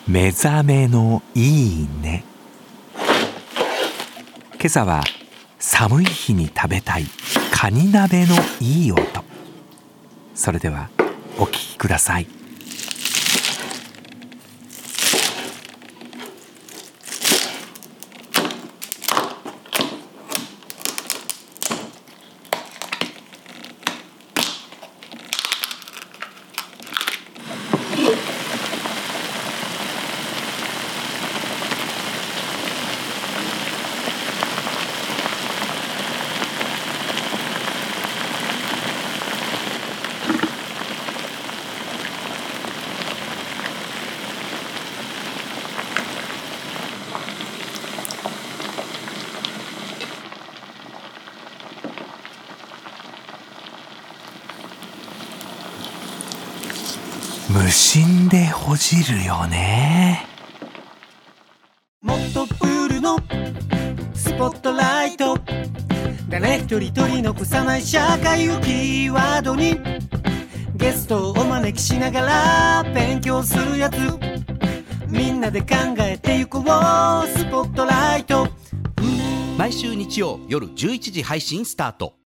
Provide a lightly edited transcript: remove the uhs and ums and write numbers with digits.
目覚めのいいね。今朝は寒い日に食べたいカニ鍋のいい音。それではお聞きください。無心でほじるよね。 もっとプールのスポットライト、誰一人取り残さない社会をキーワードにゲストをお招きしながら勉強するやつ、みんなで考えてゆこうスポットライト。 毎週日曜夜11時配信スタート。